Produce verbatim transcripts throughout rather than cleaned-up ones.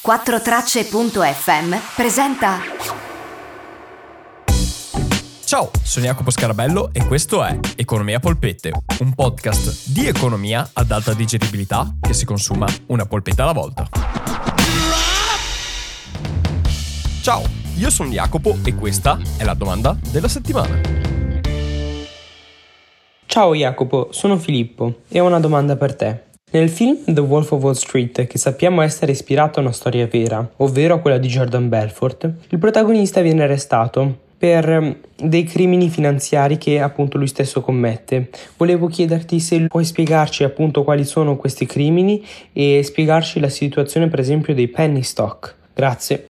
quattro tracce punto effe emme presenta. Ciao, sono Jacopo Scarabello e questo è Economia Polpette, un podcast di economia ad alta digeribilità che si consuma una polpetta alla volta. Ciao, io sono Jacopo e questa è la domanda della settimana. Ciao Jacopo, sono Filippo e ho una domanda per te. Nel film The Wolf of Wall Street, che sappiamo essere ispirato a una storia vera, ovvero a quella di Jordan Belfort, il protagonista viene arrestato per dei crimini finanziari che appunto lui stesso commette. Volevo chiederti se puoi spiegarci appunto quali sono questi crimini e spiegarci la situazione per esempio dei penny stock. Grazie.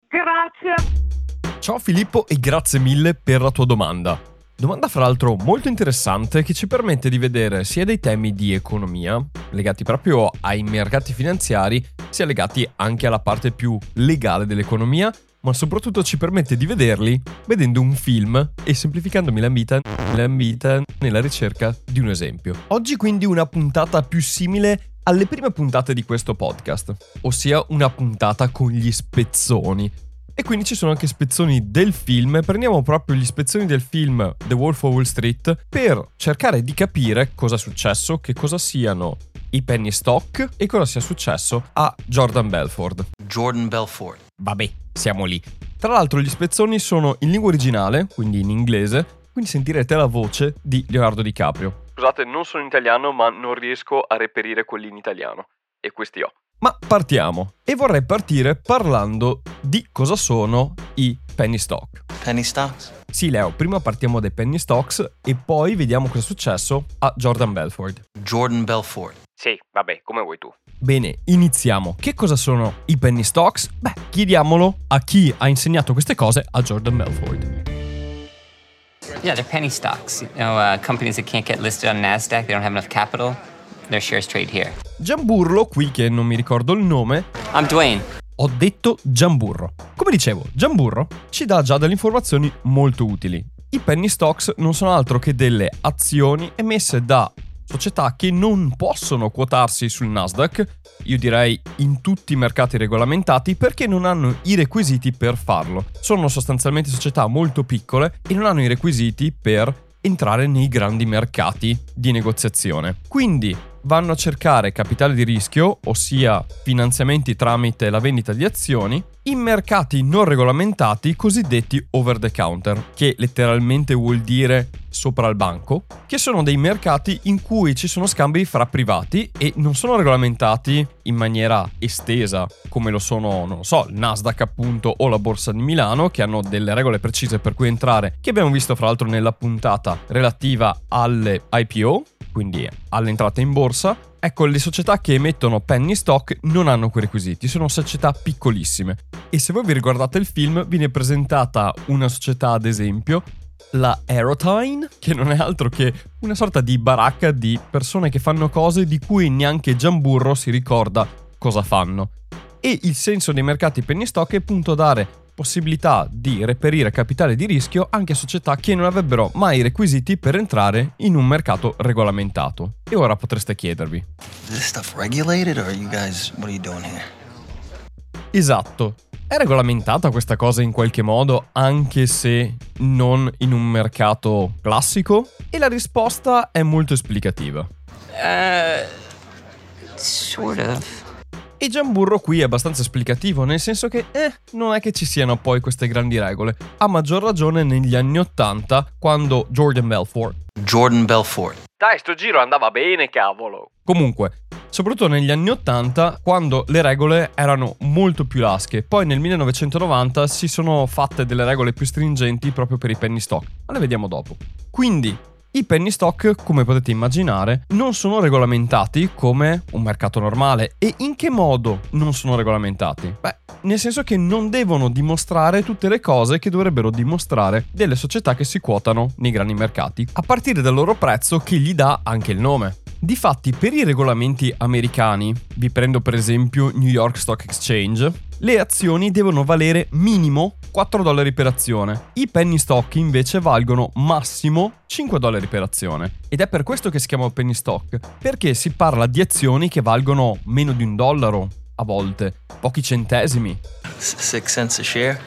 Grazie. Ciao Filippo e grazie mille per la tua domanda. Domanda fra l'altro molto interessante che ci permette di vedere sia dei temi di economia legati proprio ai mercati finanziari, sia legati anche alla parte più legale dell'economia, ma soprattutto ci permette di vederli vedendo un film e semplificandomi la vita, la vita nella ricerca di un esempio. Oggi quindi una puntata più simile alle prime puntate di questo podcast, ossia una puntata con gli spezzoni. E quindi ci sono anche spezzoni del film. Prendiamo proprio gli spezzoni del film The Wolf of Wall Street per cercare di capire cosa è successo, che cosa siano i penny stock e cosa sia successo a Jordan Belfort. Jordan Belfort. Vabbè, siamo lì. Tra l'altro gli spezzoni sono in lingua originale, quindi in inglese, quindi sentirete la voce di Leonardo DiCaprio. Scusate, non sono in italiano, ma non riesco a reperire quelli in italiano. E questi ho. Ma partiamo. E vorrei partire parlando di cosa sono i penny stock. Penny stocks? Sì, Leo, prima partiamo dai penny stocks e poi vediamo cosa è successo a Jordan Belfort. Jordan Belfort. Sì, vabbè, come vuoi tu. Bene, iniziamo. Che cosa sono i penny stocks? Beh, chiediamolo a chi ha insegnato queste cose a Jordan Belfort. Yeah, they're penny stocks. You know, uh, companies that can't get listed on NASDAQ, they don't have enough capital, their shares trade here. Giamburro, qui che non mi ricordo il nome. I'm Dwayne. Ho detto Giamburro. Come dicevo, Giamburro ci dà già delle informazioni molto utili. I penny stocks non sono altro che delle azioni emesse da società che non possono quotarsi sul Nasdaq, io direi in tutti i mercati regolamentati, perché non hanno i requisiti per farlo. Sono sostanzialmente società molto piccole e non hanno i requisiti per entrare nei grandi mercati di negoziazione. Quindi vanno a cercare capitale di rischio, ossia finanziamenti tramite la vendita di azioni, in mercati non regolamentati cosiddetti over the counter, che letteralmente vuol dire sopra il banco, che sono dei mercati in cui ci sono scambi fra privati e non sono regolamentati in maniera estesa come lo sono, non lo so, il Nasdaq appunto o la Borsa di Milano, che hanno delle regole precise per cui entrare, che abbiamo visto fra l'altro nella puntata relativa alle I P O, quindi all'entrata in borsa. Ecco, le società che emettono penny stock non hanno quei requisiti, sono società piccolissime. E se voi vi ricordate il film, viene presentata una società, ad esempio, la Aerotyne, che non è altro che una sorta di baracca di persone che fanno cose di cui neanche Giamburro si ricorda cosa fanno. E il senso dei mercati penny stock è appunto dare possibilità di reperire capitale di rischio anche a società che non avrebbero mai i requisiti per entrare in un mercato regolamentato. E ora potreste chiedervi: Is this stuff regulated or are you guys, what are you doing here? Esatto. È regolamentata questa cosa in qualche modo, anche se non in un mercato classico? E la risposta è molto esplicativa. Uh, sort of. E Giamburro qui è abbastanza esplicativo, nel senso che, eh, non è che ci siano poi queste grandi regole. A maggior ragione negli anni ottanta, quando Jordan Belfort... Jordan Belfort. Dai, sto giro andava bene, cavolo. Comunque, soprattutto negli anni ottanta, quando le regole erano molto più lasche. Poi nel millenovecentonovanta si sono fatte delle regole più stringenti proprio per i penny stock. Ma le vediamo dopo. Quindi, i penny stock, come potete immaginare, non sono regolamentati come un mercato normale. E in che modo non sono regolamentati? Beh, nel senso che non devono dimostrare tutte le cose che dovrebbero dimostrare delle società che si quotano nei grandi mercati, a partire dal loro prezzo che gli dà anche il nome. Difatti, per i regolamenti americani, vi prendo per esempio New York Stock Exchange, le azioni devono valere minimo quattro dollari per azione. I penny stock invece valgono massimo cinque dollari per azione. Ed è per questo che si chiama penny stock, perché si parla di azioni che valgono meno di un dollaro, a volte, pochi centesimi. Six cents a share?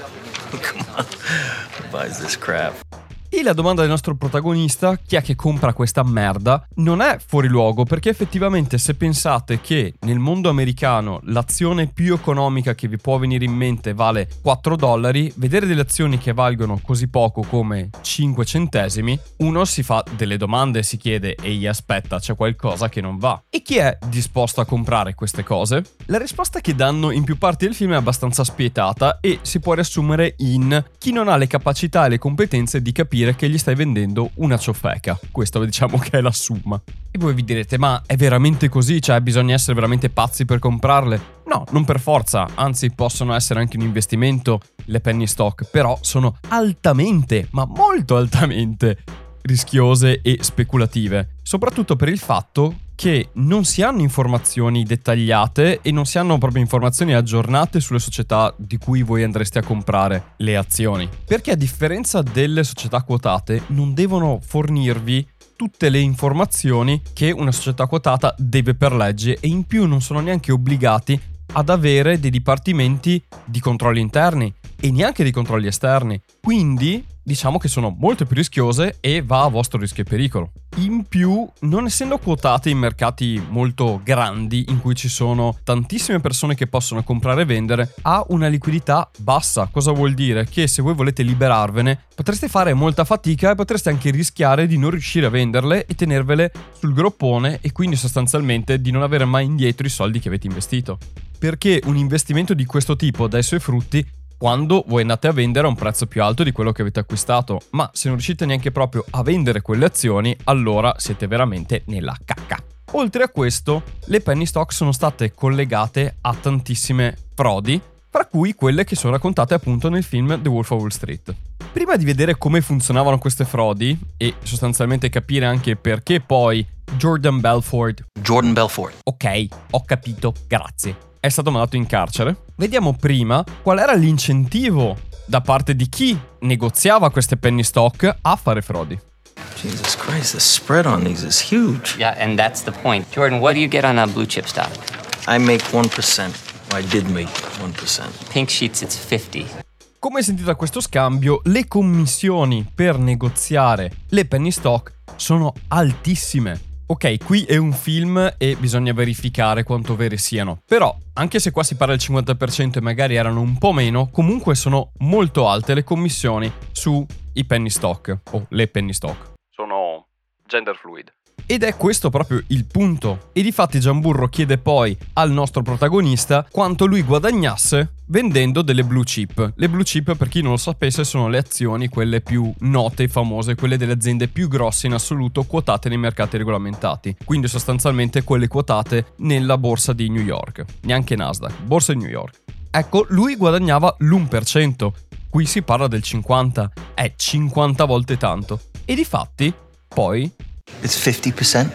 Come on. Who buys this crap? E la domanda del nostro protagonista, chi è che compra questa merda, non è fuori luogo, perché effettivamente se pensate che nel mondo americano l'azione più economica che vi può venire in mente vale quattro dollari, vedere delle azioni che valgono così poco come cinque centesimi, uno si fa delle domande e si chiede: ehi, aspetta, c'è qualcosa che non va. E chi è disposto a comprare queste cose? La risposta che danno in più parti del film è abbastanza spietata e si può riassumere in: chi non ha le capacità e le competenze di capire che gli stai vendendo una ciofeca. Questo diciamo che è la summa. E voi vi direte: ma è veramente così? Cioè bisogna essere veramente pazzi per comprarle? No, non per forza, anzi possono essere anche un investimento le penny stock, però sono altamente, ma molto altamente rischiose e speculative, soprattutto per il fatto che non si hanno informazioni dettagliate e non si hanno proprio informazioni aggiornate sulle società di cui voi andreste a comprare le azioni. Perché a differenza delle società quotate non devono fornirvi tutte le informazioni che una società quotata deve per legge, e in più non sono neanche obbligati ad avere dei dipartimenti di controlli interni e neanche dei controlli esterni. Quindi diciamo che sono molto più rischiose e va a vostro rischio e pericolo. In più, non essendo quotate in mercati molto grandi in cui ci sono tantissime persone che possono comprare e vendere, ha una liquidità bassa. Cosa vuol dire? Che se voi volete liberarvene potreste fare molta fatica e potreste anche rischiare di non riuscire a venderle e tenervele sul groppone, e quindi sostanzialmente di non avere mai indietro i soldi che avete investito. Perché un investimento di questo tipo dà i suoi frutti quando voi andate a vendere a un prezzo più alto di quello che avete acquistato, ma se non riuscite neanche proprio a vendere quelle azioni, allora siete veramente nella cacca. Oltre a questo, le penny stock sono state collegate a tantissime frodi, fra cui quelle che sono raccontate appunto nel film The Wolf of Wall Street. Prima di vedere come funzionavano queste frodi e sostanzialmente capire anche perché poi Jordan Belfort... Jordan Belfort. Ok, ho capito, grazie. È stato mandato in carcere. Vediamo prima qual era l'incentivo da parte di chi negoziava queste penny stock a fare frodi. Jesus Christ, the spread on these is huge. Yeah, and that's the point. Jordan, what do you get on a blue chip stock? I make one percent. I did make one percent. Pink Sheets, it's fifty. Come sentite da questo scambio, le commissioni per negoziare le penny stock sono altissime. Ok, qui è un film e bisogna verificare quanto vere siano, però anche se qua si parla del cinquanta per cento e magari erano un po' meno, comunque sono molto alte le commissioni sui penny stock o le penny stock. Sono gender fluid. Ed è questo proprio il punto. E difatti Gianburro chiede poi al nostro protagonista quanto lui guadagnasse vendendo delle blue chip. Le blue chip, per chi non lo sapesse, sono le azioni quelle più note e famose, quelle delle aziende più grosse in assoluto quotate nei mercati regolamentati. Quindi sostanzialmente quelle quotate nella borsa di New York, neanche Nasdaq, borsa di New York. Ecco, lui guadagnava l'uno per cento. Qui si parla del cinquanta, è cinquanta volte tanto. E difatti poi It's fifty percent.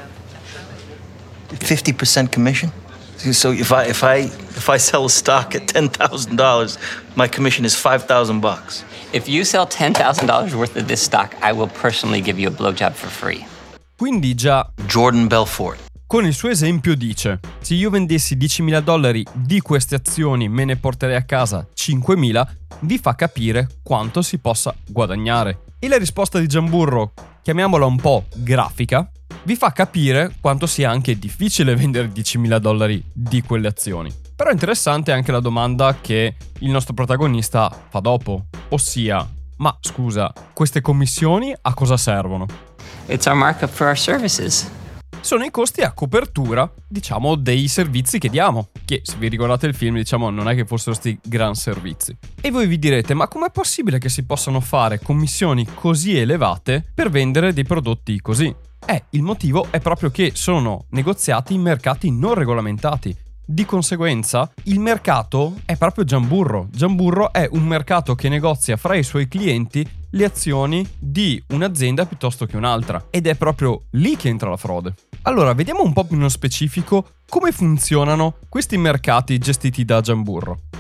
fifty percent commission. So if I if I if I sell a stock at ten thousand dollars, my commission is five thousand bucks. If you sell ten thousand dollars worth of this stock, I will personally give you a blowjob for free. Quindi già Jordan Belfort. con il suo esempio dice: se io vendessi diecimila dollari di queste azioni me ne porterei a casa cinquemila, vi fa capire quanto si possa guadagnare. E la risposta di Gianburro, chiamiamola un po' grafica, vi fa capire quanto sia anche difficile vendere diecimila dollari di quelle azioni. Però è interessante anche la domanda che il nostro protagonista fa dopo, ossia: ma scusa, queste commissioni a cosa servono? It's our markup for our services. Sono i costi a copertura, diciamo, dei servizi che diamo, che se vi ricordate il film, diciamo, non è che fossero sti gran servizi. E voi vi direte: ma com'è possibile che si possano fare commissioni così elevate per vendere dei prodotti così? Eh, il motivo è proprio che sono negoziati in mercati non regolamentati. Di conseguenza, il mercato è proprio Gianburro. Gianburro è un mercato che negozia fra i suoi clienti le azioni di un'azienda piuttosto che un'altra. Ed è proprio lì che entra la frode. Allora, vediamo un po' più nello specifico come funzionano questi mercati gestiti da Gianburro.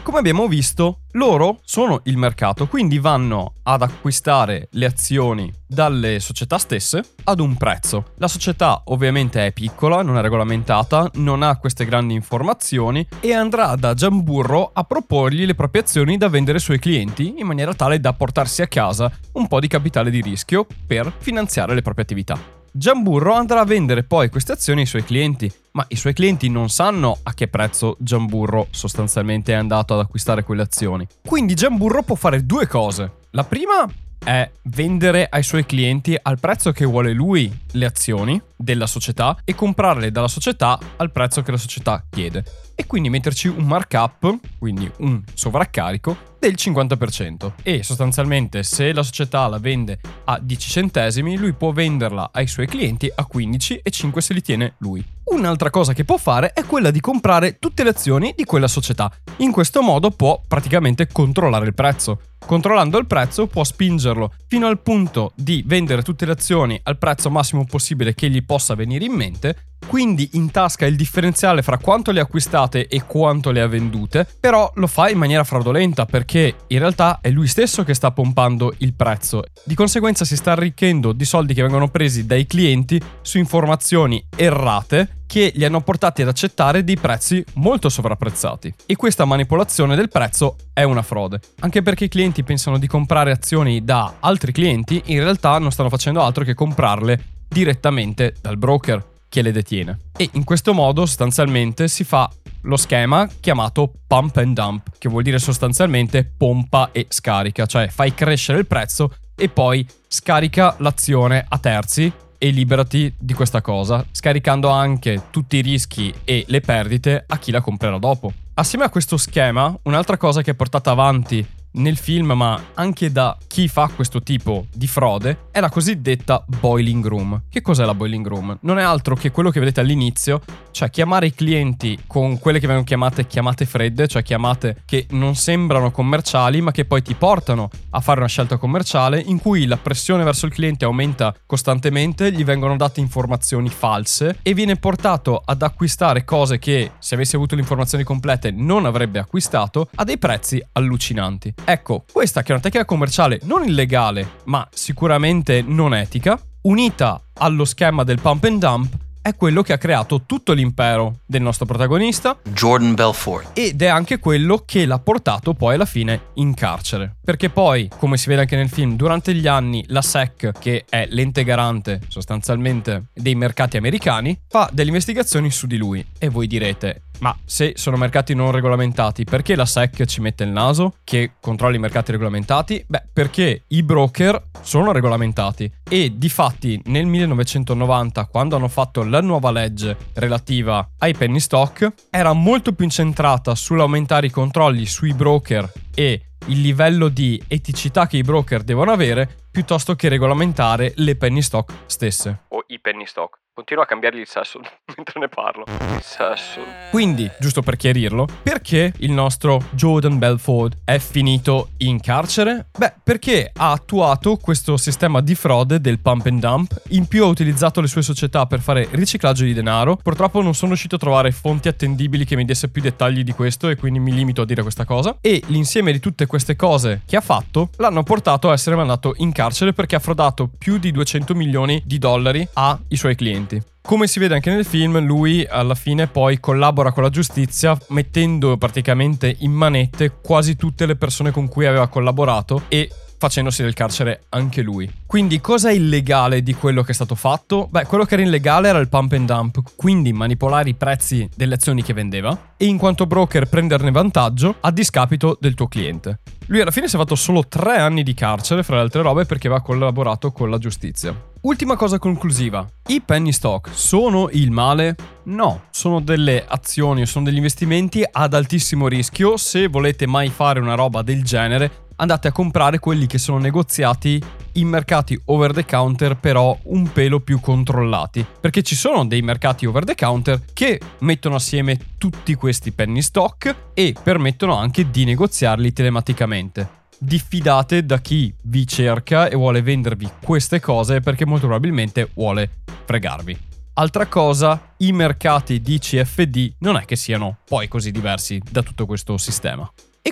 come abbiamo visto, loro sono il mercato, quindi vanno ad acquistare le azioni dalle società stesse ad un prezzo. La società ovviamente è piccola, non è regolamentata, non ha queste grandi informazioni e andrà da Giamburro a proporgli le proprie azioni da vendere ai suoi clienti in maniera tale da portarsi a casa un po' di capitale di rischio per finanziare le proprie attività. Giamburro andrà a vendere poi queste azioni ai suoi clienti, ma i suoi clienti non sanno a che prezzo Giamburro sostanzialmente è andato ad acquistare quelle azioni. Quindi Giamburro può fare due cose. La prima è vendere ai suoi clienti al prezzo che vuole lui le azioni della società e comprarle dalla società al prezzo che la società chiede. E quindi metterci un markup, quindi un sovraccarico, del cinquanta per cento. E sostanzialmente se la società la vende a dieci centesimi, lui può venderla ai suoi clienti a quindici e cinque se li tiene lui. Un'altra cosa che può fare è quella di comprare tutte le azioni di quella società. In questo modo può praticamente controllare il prezzo. Controllando il prezzo può spingerlo fino al punto di vendere tutte le azioni al prezzo massimo possibile che gli possa venire in mente, quindi intasca il differenziale fra quanto le ha acquistate e quanto le ha vendute, però lo fa in maniera fraudolenta perché in realtà è lui stesso che sta pompando il prezzo. Di conseguenza si sta arricchendo di soldi che vengono presi dai clienti su informazioni errate che li hanno portati ad accettare dei prezzi molto sovrapprezzati. E questa manipolazione del prezzo è una frode, anche perché i clienti pensano di comprare azioni da altri clienti, in realtà non stanno facendo altro che comprarle direttamente dal broker che le detiene. E in questo modo sostanzialmente si fa lo schema chiamato pump and dump, che vuol dire sostanzialmente pompa e scarica, cioè fai crescere il prezzo e poi scarica l'azione a terzi e liberati di questa cosa, scaricando anche tutti i rischi e le perdite a chi la comprerà dopo. Assieme a questo schema, un'altra cosa che è portata avanti nel film, ma anche da chi fa questo tipo di frode, è la cosiddetta boiling room. Che cos'è la boiling room? Non è altro che quello che vedete all'inizio, cioè chiamare i clienti con quelle che vengono chiamate chiamate fredde, cioè chiamate che non sembrano commerciali ma che poi ti portano a fare una scelta commerciale in cui la pressione verso il cliente aumenta costantemente, gli vengono date informazioni false e viene portato ad acquistare cose che, se avesse avuto le informazioni complete, non avrebbe acquistato a dei prezzi allucinanti. Ecco, questa che è una tecnica commerciale non illegale, ma sicuramente non etica, unita allo schema del pump and dump, è quello che ha creato tutto l'impero del nostro protagonista, Jordan Belfort. Ed è anche quello che l'ha portato poi alla fine in carcere. Perché poi, come si vede anche nel film, durante gli anni la S E C, che è l'ente garante sostanzialmente dei mercati americani, fa delle investigazioni su di lui. E voi direte, ma se sono mercati non regolamentati, perché la S E C ci mette il naso che controlla i mercati regolamentati? Beh, perché i broker sono regolamentati e difatti nel millenovecentonovanta, quando hanno fatto la nuova legge relativa ai penny stock, era molto più incentrata sull'aumentare i controlli sui broker e il livello di eticità che i broker devono avere, piuttosto che regolamentare le penny stock stesse. O i penny stock. Continuo a cambiargli il sesso mentre ne parlo. Il sesso. Quindi, giusto per chiarirlo, perché il nostro Jordan Belfort è finito in carcere? Beh, perché ha attuato questo sistema di frode del pump and dump, in più ha utilizzato le sue società per fare riciclaggio di denaro. Purtroppo non sono riuscito a trovare fonti attendibili che mi desse più dettagli di questo e quindi mi limito a dire questa cosa. E l'insieme di tutte queste cose che ha fatto l'hanno portato a essere mandato in carcere perché ha frodato più di duecento milioni di dollari ai suoi clienti. Come si vede anche nel film, lui alla fine poi collabora con la giustizia mettendo praticamente in manette quasi tutte le persone con cui aveva collaborato e facendosi del carcere anche lui. Quindi cosa è illegale di quello che è stato fatto? Beh, quello che era illegale era il pump and dump, quindi manipolare i prezzi delle azioni che vendeva e in quanto broker prenderne vantaggio a discapito del tuo cliente. Lui alla fine si è fatto solo tre anni di carcere, fra le altre robe, perché aveva collaborato con la giustizia. Ultima cosa conclusiva. I penny stock sono il male? No, sono delle azioni, sono degli investimenti ad altissimo rischio. Se volete mai fare una roba del genere, andate a comprare quelli che sono negoziati in mercati over the counter, però un pelo più controllati, perché ci sono dei mercati over the counter che mettono assieme tutti questi penny stock e permettono anche di negoziarli telematicamente. Diffidate da chi vi cerca e vuole vendervi queste cose perché molto probabilmente vuole fregarvi. Altra cosa, i mercati di C F D non è che siano poi così diversi da tutto questo sistema.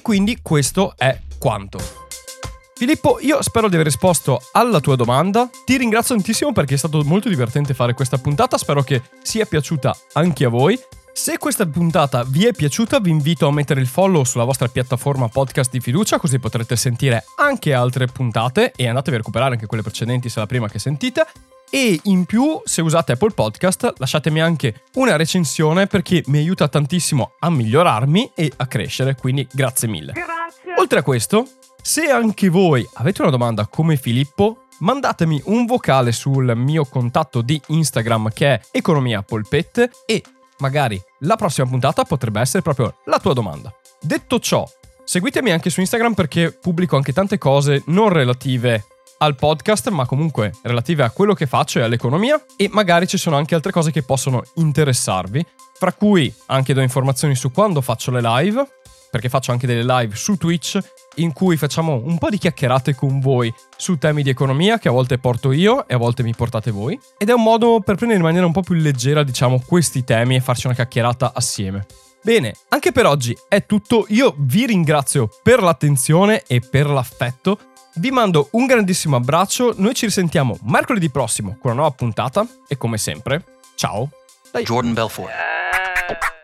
quindi questo è quanto. Filippo, io spero di aver risposto alla tua domanda. Ti ringrazio tantissimo perché è stato molto divertente fare questa puntata. Spero che sia piaciuta anche a voi. Se questa puntata vi è piaciuta, vi invito a mettere il follow sulla vostra piattaforma podcast di fiducia, così potrete sentire anche altre puntate e andatevi a recuperare anche quelle precedenti se è la prima che sentite. E in più, se usate Apple Podcast, lasciatemi anche una recensione perché mi aiuta tantissimo a migliorarmi e a crescere, quindi grazie mille. Grazie. Oltre a questo, se anche voi avete una domanda come Filippo, mandatemi un vocale sul mio contatto di Instagram che è Economia Polpette e magari la prossima puntata potrebbe essere proprio la tua domanda. Detto ciò, seguitemi anche su Instagram perché pubblico anche tante cose non relative al podcast, ma comunque relative a quello che faccio e all'economia, e magari ci sono anche altre cose che possono interessarvi, fra cui anche do informazioni su quando faccio le live, perché faccio anche delle live su Twitch in cui facciamo un po' di chiacchierate con voi su temi di economia che a volte porto io e a volte mi portate voi, ed è un modo per prendere in maniera un po' più leggera, diciamo, questi temi e farci una chiacchierata assieme. Bene, anche per oggi è tutto. Io vi ringrazio per l'attenzione e per l'affetto. Vi mando un grandissimo abbraccio. Noi ci risentiamo mercoledì prossimo con una nuova puntata e come sempre, ciao da Jordan Belfort.